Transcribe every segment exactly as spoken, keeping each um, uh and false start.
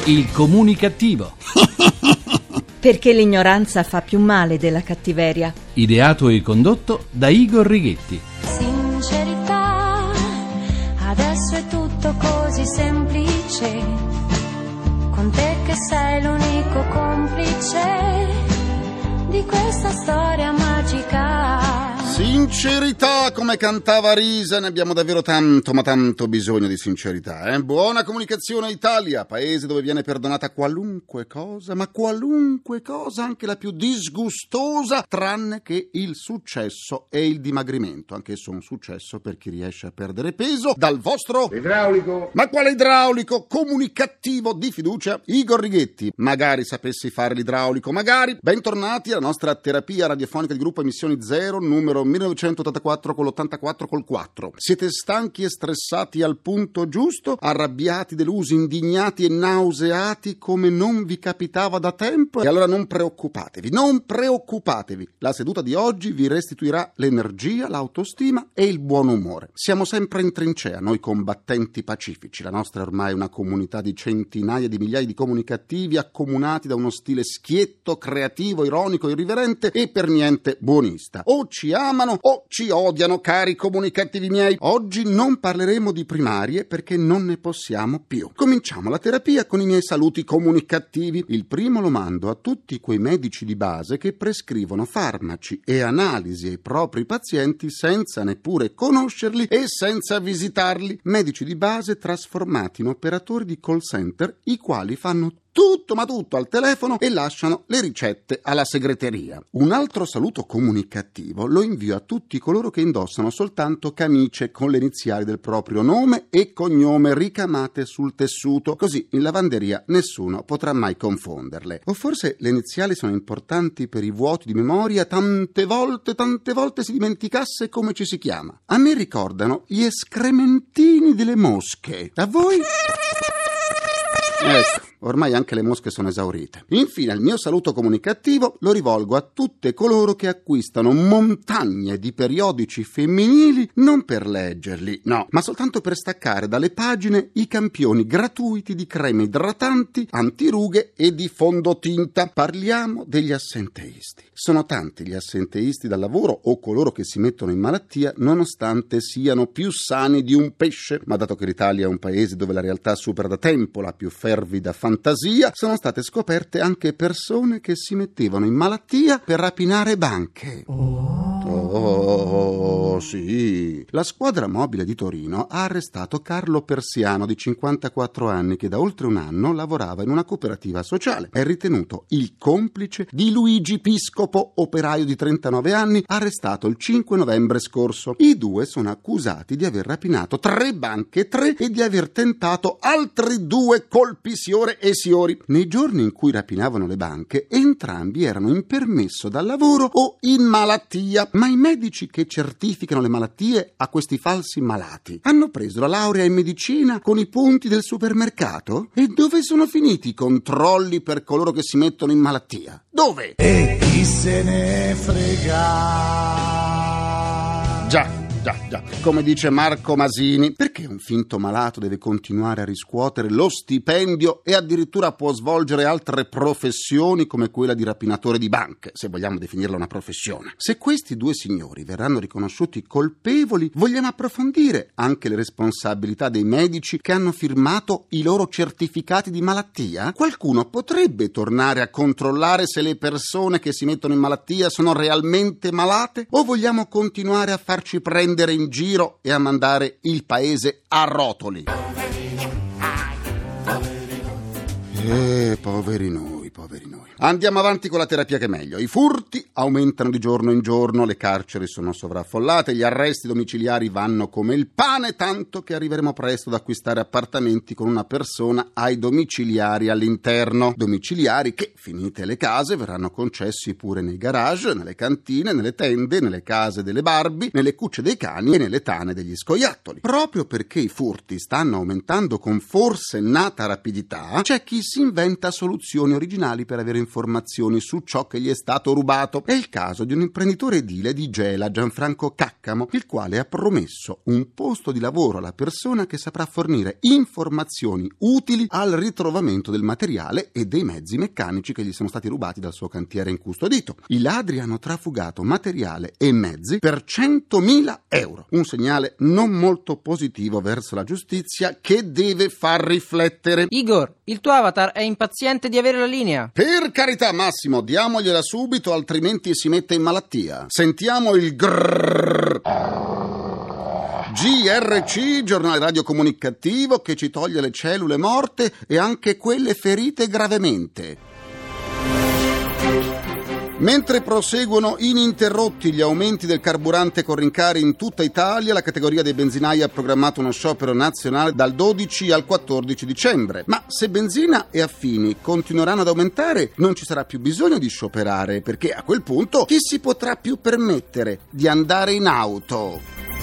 Il comunicativo. Perché l'ignoranza fa più male della cattiveria. Ideato e condotto da Igor Righetti. Sincerità, adesso è tutto così semplice, con te che sei l'unico complice di questa storia magica. Sincerità, come cantava Risa, ne abbiamo davvero tanto, ma tanto bisogno di sincerità, eh? Buona comunicazione Italia, paese dove viene perdonata qualunque cosa, ma qualunque cosa, anche la più disgustosa, tranne che il successo e il dimagrimento, anch'esso un successo per chi riesce a perdere peso, dal vostro... Idraulico. Ma quale idraulico? Comunicativo di fiducia, Igor Righetti. Magari sapessi fare l'idraulico, magari. Bentornati alla nostra terapia radiofonica di gruppo Emissioni Zero, numero millenovecentottantaquattro con l'ottantaquattro col quattro. Siete stanchi e stressati al punto giusto? Arrabbiati, delusi, indignati e nauseati come non vi capitava da tempo? E allora non preoccupatevi, non preoccupatevi. La seduta di oggi vi restituirà l'energia, l'autostima e il buon umore. Siamo sempre in trincea, noi combattenti pacifici. La nostra è ormai una comunità di centinaia di migliaia di comunicativi accomunati da uno stile schietto, creativo, ironico, irriverente e per niente buonista. O ci amano o ci odiano, cari comunicativi miei. Oggi non parleremo di primarie perché non ne possiamo più. Cominciamo la terapia con i miei saluti comunicativi. Il primo lo mando a tutti quei medici di base che prescrivono farmaci e analisi ai propri pazienti senza neppure conoscerli e senza visitarli. Medici di base trasformati in operatori di call center, i quali fanno tutto ma tutto al telefono e lasciano le ricette alla segreteria. Un altro saluto comunicativo lo invio a tutti coloro che indossano soltanto camicie con le iniziali del proprio nome e cognome ricamate sul tessuto, così in lavanderia nessuno potrà mai confonderle. O forse le iniziali sono importanti per i vuoti di memoria, tante volte, tante volte si dimenticasse come ci si chiama. A me ricordano gli escrementini delle mosche. A voi? Ecco, ormai anche le mosche sono esaurite. Infine, il mio saluto comunicativo lo rivolgo a tutte coloro che acquistano montagne di periodici femminili non per leggerli, no, ma soltanto per staccare dalle pagine i campioni gratuiti di creme idratanti, antirughe e di fondotinta. Parliamo degli assenteisti. Sono tanti gli assenteisti dal lavoro o coloro che si mettono in malattia nonostante siano più sani di un pesce, ma dato che l'Italia è un paese dove la realtà supera da tempo la più fervida fantasia, sono state scoperte anche persone che si mettevano in malattia per rapinare banche. Oh. Oh, sì. La squadra mobile di Torino ha arrestato Carlo Persiano di cinquantaquattro anni che da oltre un anno lavorava in una cooperativa sociale. È ritenuto il complice di Luigi Piscopo, operaio di trentanove anni, arrestato il cinque novembre scorso. I due sono accusati di aver rapinato tre banche, tre e di aver tentato altri due colpi siore e siori. Nei giorni in cui rapinavano le banche, entrambi erano in permesso dal lavoro o in malattia. Ma i medici che certificano le malattie a questi falsi malati hanno preso la laurea in medicina con i punti del supermercato? E dove sono finiti i controlli per coloro che si mettono in malattia? Dove? E chi se ne frega? Già. Già, già. Come dice Marco Masini, perché un finto malato deve continuare a riscuotere lo stipendio e addirittura può svolgere altre professioni come quella di rapinatore di banche, se vogliamo definirla una professione? Se questi due signori verranno riconosciuti colpevoli, vogliamo approfondire anche le responsabilità dei medici che hanno firmato i loro certificati di malattia? Qualcuno potrebbe tornare a controllare se le persone che si mettono in malattia sono realmente malate? O vogliamo continuare a farci prendere in giro e a mandare il paese a rotoli? Eh, poveri noi, poveri noi. Andiamo avanti con la terapia che è meglio. I furti aumentano di giorno in giorno, le carceri sono sovraffollate, gli arresti domiciliari vanno come il pane, tanto che arriveremo presto ad acquistare appartamenti con una persona ai domiciliari all'interno. Domiciliari che, finite le case, verranno concessi pure nei garage, nelle cantine, nelle tende, nelle case delle Barbie, nelle cucce dei cani e nelle tane degli scoiattoli. Proprio perché i furti stanno aumentando con forsennata rapidità, c'è chi si inventa soluzioni originali tribunali per avere informazioni su ciò che gli è stato rubato. È il caso di un imprenditore edile di Gela, Gianfranco Caccamo, il quale ha promesso un posto di lavoro alla persona che saprà fornire informazioni utili al ritrovamento del materiale e dei mezzi meccanici che gli sono stati rubati dal suo cantiere incustodito. I ladri hanno trafugato materiale e mezzi per centomila euro. Un segnale non molto positivo verso la giustizia che deve far riflettere. Igor, il tuo avatar è impaziente di avere la linea. Per carità, Massimo, diamogliela subito, altrimenti si mette in malattia. Sentiamo il grrrr. G R C, giornale radio comunicativo che ci toglie le cellule morte e anche quelle ferite gravemente. Mentre proseguono ininterrotti gli aumenti del carburante con rincari in tutta Italia, la categoria dei benzinai ha programmato uno sciopero nazionale dal dodici al quattordici dicembre. Ma se benzina e affini continueranno ad aumentare, non ci sarà più bisogno di scioperare, perché a quel punto chi si potrà più permettere di andare in auto?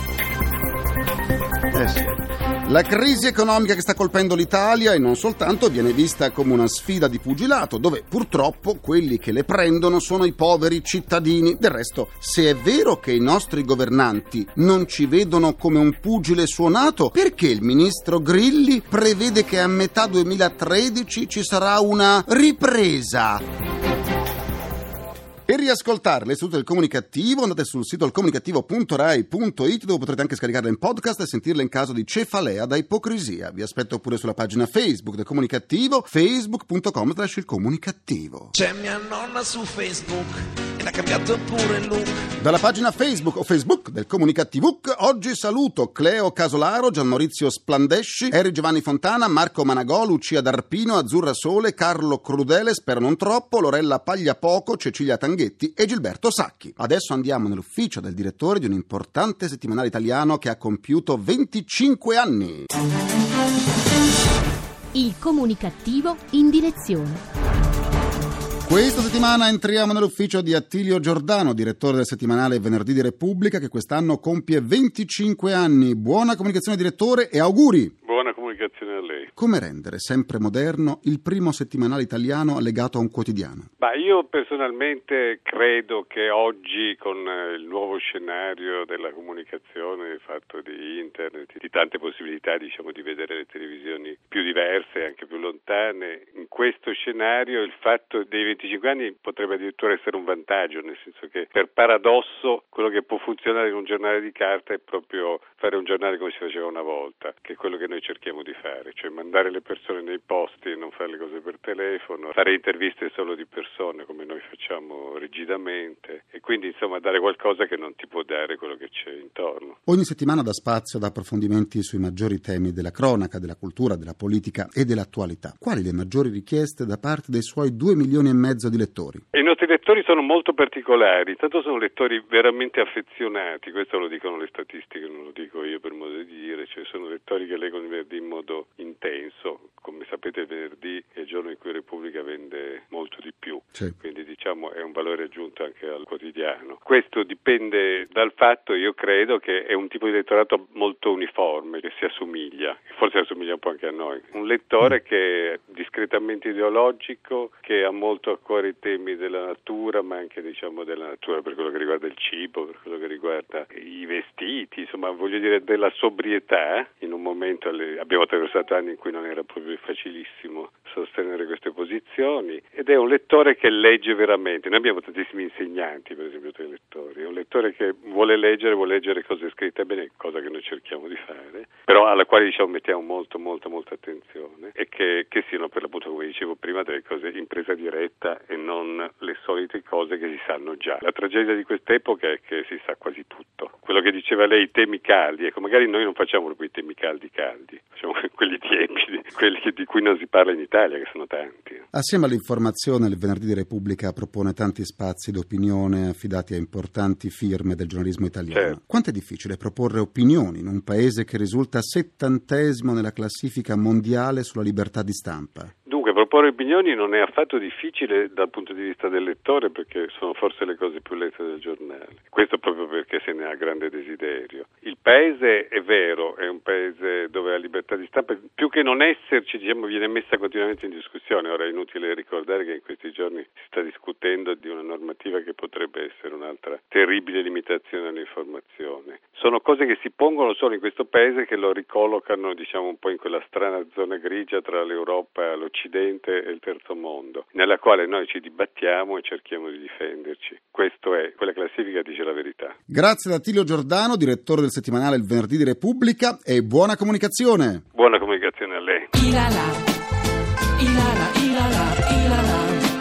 Eh sì. La crisi economica che sta colpendo l'Italia, e non soltanto, viene vista come una sfida di pugilato, dove purtroppo quelli che le prendono sono i poveri cittadini. Del resto, se è vero che i nostri governanti non ci vedono come un pugile suonato, perché il ministro Grilli prevede che a metà duemilatredici ci sarà una ripresa? Per riascoltare l'Istituto del Comunicativo andate sul sito alcomunicativo punto rai punto it, dove potrete anche scaricarla in podcast e sentirla in caso di cefalea da ipocrisia. Vi aspetto pure sulla pagina Facebook del Comunicativo, facebook punto com slash il comunicativo. C'è mia nonna su Facebook e l'ha cambiato pure il look. Dalla pagina Facebook o Facebook del Comunicativo oggi saluto Cleo Casolaro, Gian Maurizio Splandesci, Eri Giovanni Fontana, Marco Managò, Lucia D'Arpino, Azzurra Sole, Carlo Crudele, spero non troppo, Lorella Pagliapoco, Cecilia Tanghetti e Gilberto Sacchi. Adesso andiamo nell'ufficio del direttore di un importante settimanale italiano che ha compiuto venticinque anni. Il Comunicativo in direzione. Questa settimana entriamo nell'ufficio di Attilio Giordano, direttore del settimanale Venerdì di Repubblica, che quest'anno compie venticinque anni. Buona comunicazione, direttore, e auguri! Buona comunicazione a lei. Come rendere sempre moderno il primo settimanale italiano legato a un quotidiano? Bah, io personalmente credo che oggi, con il nuovo scenario della comunicazione fatto di internet, di tante possibilità, diciamo, di vedere le televisioni più diverse e anche più lontane, in questo scenario il fatto dei venticinque anni potrebbe addirittura essere un vantaggio, nel senso che per paradosso quello che può funzionare in un giornale di carta è proprio fare un giornale come si faceva una volta, che è quello che noi cerchiamo di fare, cioè mandare le persone nei posti e non fare le cose per telefono, fare interviste solo di persone come noi facciamo rigidamente, e quindi insomma dare qualcosa che non ti può dare quello che c'è intorno. Ogni settimana dà spazio ad approfondimenti sui maggiori temi della cronaca, della cultura, della politica e dell'attualità. Quali le maggiori richieste da parte dei suoi due milioni e mezzo di lettori? I nostri lettori sono molto particolari, intanto sono lettori veramente affezionati, questo lo dicono le statistiche, non lo dico io per modo di dire, cioè sono lettori che leggono il venerdì in modo intenso. Come sapete il venerdì è il giorno in cui Repubblica vende molto di più, sì. Quindi diciamo è un valore aggiunto anche al quotidiano. Questo dipende dal fatto, io credo, che è un tipo di lettorato molto uniforme, che si assomiglia, forse assomiglia un po' anche a noi, un lettore che è discretamente ideologico, che ha molto a cuore i temi della natura, ma anche diciamo della natura per quello che riguarda il cibo, per quello che riguarda i vestiti, insomma voglio dire della sobrietà. In un momento le, abbiamo attraversato anni in cui non era proprio facilissimo sostenere queste posizioni, ed è un lettore che legge veramente. Noi abbiamo tantissimi insegnanti, per esempio, tra i lettori. È un lettore che vuole leggere, vuole leggere cose scritte bene, cosa che noi cerchiamo di fare, però alla quale diciamo mettiamo molto molto molta attenzione, e che, che siano per l'appunto, come dicevo prima, delle cose in presa diretta e non le solite cose che si sanno già. La tragedia di quest'epoca è che si sa quasi tutto. Quello che diceva lei, i temi caldi, ecco, magari noi non facciamo proprio i temi caldi caldi, facciamo quelli tiepidi, quelli che, di cui non si parla in Italia, che sono tanti. Assieme all'informazione, il Venerdì di Repubblica propone tanti spazi d'opinione affidati a importanti firme del giornalismo italiano. Certo. Quanto è difficile proporre opinioni in un paese che risulta settantesimo nella classifica mondiale sulla libertà di stampa? Dunque, proporre opinioni non è affatto difficile dal punto di vista del lettore, perché sono forse le cose più lette del giornale. Questo proprio perché se ne ha grande desiderio. Il paese, è vero, è un paese dove la libertà di stampa, più che non esserci, diciamo, viene messa continuamente in discussione. Ora è inutile ricordare che in questi giorni si sta discutendo di una normativa che potrebbe essere un'altra terribile limitazione all'informazione. Sono cose che si pongono solo in questo paese, che lo ricollocano, diciamo, un po' in quella strana zona grigia tra l'Europa, l'Occidente e il terzo mondo, nella quale noi ci dibattiamo e cerchiamo di difenderci. Questo è, quella classifica dice la verità. Grazie ad Attilio Giordano, direttore del settimanale Il Venerdì di Repubblica, e buona comunicazione. Buona comunicazione a lei. Ilala, ilala, ilala, ilala,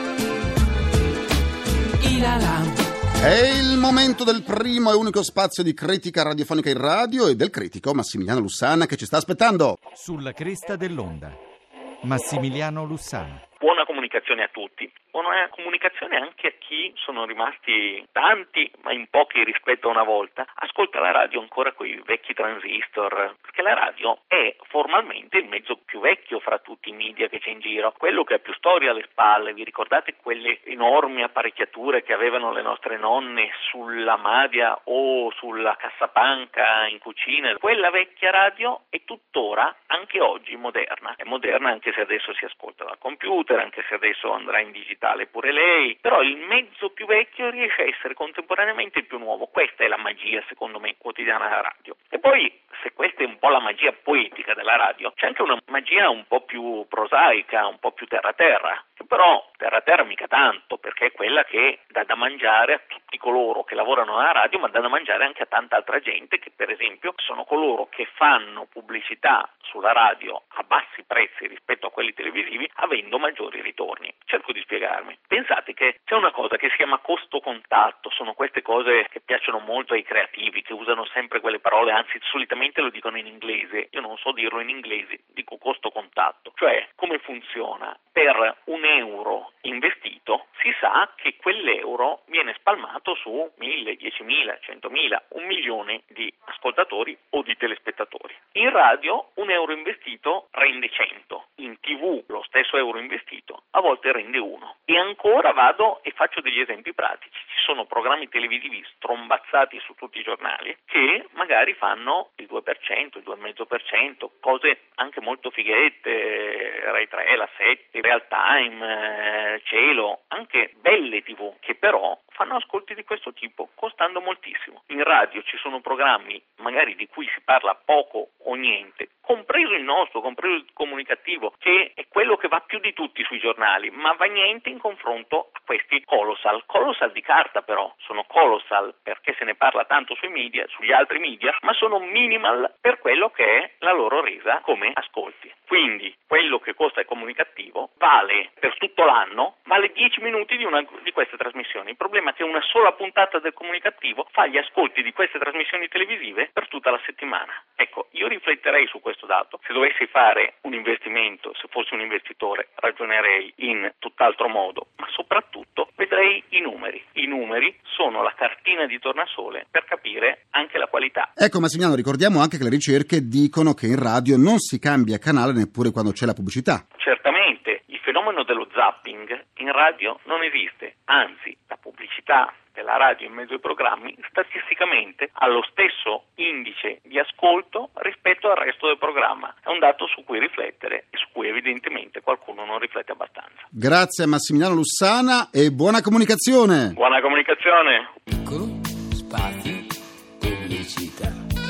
ilala. È il momento del primo e unico spazio di critica radiofonica in radio e del critico Massimiliano Lussana, che ci sta aspettando. Sulla cresta dell'onda. Massimiliano Lussana. Buona comunicazione a tutti. Buona comunicazione anche a chi sono rimasti tanti, ma in pochi rispetto a una volta, ascolta la radio ancora con i vecchi transistor, perché la radio è formalmente il mezzo più vecchio fra tutti i media che c'è in giro, quello che ha più storia alle spalle. Vi ricordate quelle enormi apparecchiature che avevano le nostre nonne sulla madia o sulla cassapanca in cucina? Quella vecchia radio è tuttora, anche oggi, moderna. È moderna anche se adesso si ascolta dal computer, anche se adesso andrà in digitale pure lei, però il mezzo più vecchio riesce a essere contemporaneamente il più nuovo. Questa è la magia, secondo me, quotidiana della radio. E poi, se questa è un po' la magia poetica della radio, c'è anche una magia un po' più prosaica, un po' più terra-terra, che però terra-terra mica tanto, perché è quella che dà da mangiare a tutti coloro che lavorano alla radio, ma dà da mangiare anche a tanta altra gente che, per esempio, sono coloro che fanno pubblicità sulla radio a bassi prezzi rispetto a quelli televisivi, avendo maggiori ritorni. Cerco di spiegarmi. Pensate che c'è una cosa che si chiama costo contatto, sono queste cose che piacciono molto ai creativi, che usano sempre quelle parole, anzi solitamente lo dicono in inglese, io non so dirlo in inglese, dico costo contatto, cioè come funziona? Per un euro investito si sa che quell'euro viene spalmato su mille, diecimila, centomila, un milione di ascoltatori o di telespettatori. In radio un euro investito rende cento, in tv lo stesso euro investito a volte rende uno. E ancora vado e faccio degli esempi pratici. Ci sono programmi televisivi strombazzati su tutti i giornali che magari fanno il due per cento, il due virgola cinque per cento, cose anche molto fighette, Rai tre, la sette, Real Time, eh, Cielo, anche belle tv che però fanno ascolti di questo tipo costando moltissimo. In radio ci sono programmi magari di cui si parla poco o niente, compreso il nostro, compreso il comunicativo, che è quello che va più di tutti sui giornali, ma va niente in confronto a questi colossal. Colossal di carta però, sono colossal perché se ne parla tanto sui media, sugli altri media, ma sono minimal per quello che è la loro resa come ascolti. Quindi quello che costa il comunicativo vale per tutto l'anno, vale dieci minuti di una di queste trasmissioni. Il problema è che una sola puntata del comunicativo fa gli ascolti di queste trasmissioni televisive per tutta la settimana. Ecco, io rifletterei su questo dato. Se dovessi fare un investimento, se fossi un investitore, ragionerei in tutt'altro modo, ma soprattutto vedrei i numeri. I numeri sono la cartina di tornasole per capire anche la qualità. Ecco Massimiliano, ricordiamo anche che le ricerche dicono che in radio non si cambia canale neppure quando c'è la pubblicità. Certamente, il fenomeno dello zapping in radio non esiste, anzi la pubblicità della radio in mezzo ai programmi statisticamente ha lo stesso indice di ascolto rispetto al resto del programma. È un dato su cui riflettere e su cui evidentemente qualcuno non riflette abbastanza. Grazie a Massimiliano Lussana e buona comunicazione. Buona comunicazione. Piccolo spazio pubblicità.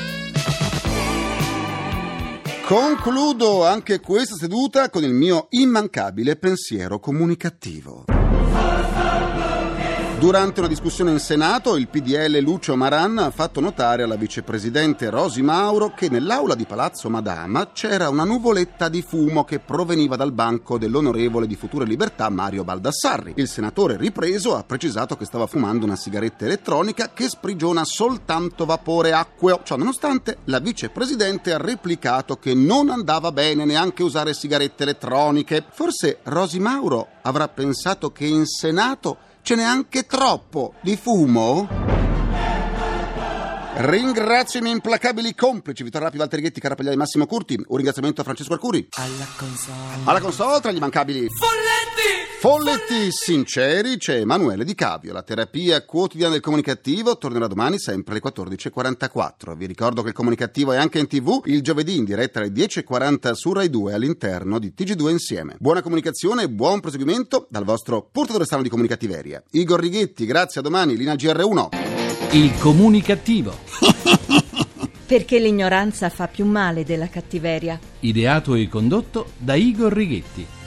Concludo anche questa seduta con il mio immancabile pensiero comunicativo. Durante una discussione in Senato, il P D L Lucio Maran ha fatto notare alla vicepresidente Rosi Mauro che nell'aula di Palazzo Madama c'era una nuvoletta di fumo che proveniva dal banco dell'onorevole di Futura e Libertà Mario Baldassarri. Il senatore ripreso ha precisato che stava fumando una sigaretta elettronica che sprigiona soltanto vapore acqueo. Ciò nonostante, la vicepresidente ha replicato che non andava bene neanche usare sigarette elettroniche. Forse Rosi Mauro avrà pensato che in Senato ce n'è anche troppo di fumo? Ringrazio i miei implacabili complici Vittorio Rapi, Walter Righetti, Carapagliai, Massimo Curti. Un ringraziamento a Francesco Arcuri. Alla console. Alla console tra gli immancabili Folletti! Folletti sinceri, c'è Emanuele Di Cavio. La terapia quotidiana del comunicativo tornerà domani sempre alle quattordici e quarantaquattro. Vi ricordo che il comunicativo è anche in tv il giovedì in diretta alle dieci e quaranta su Rai due all'interno di T G due Insieme. Buona comunicazione e buon proseguimento dal vostro portatore strano di comunicativeria, Igor Righetti. Grazie, a domani, linea G R uno. Il comunicativo. Perché l'ignoranza fa più male della cattiveria. Ideato e condotto da Igor Righetti.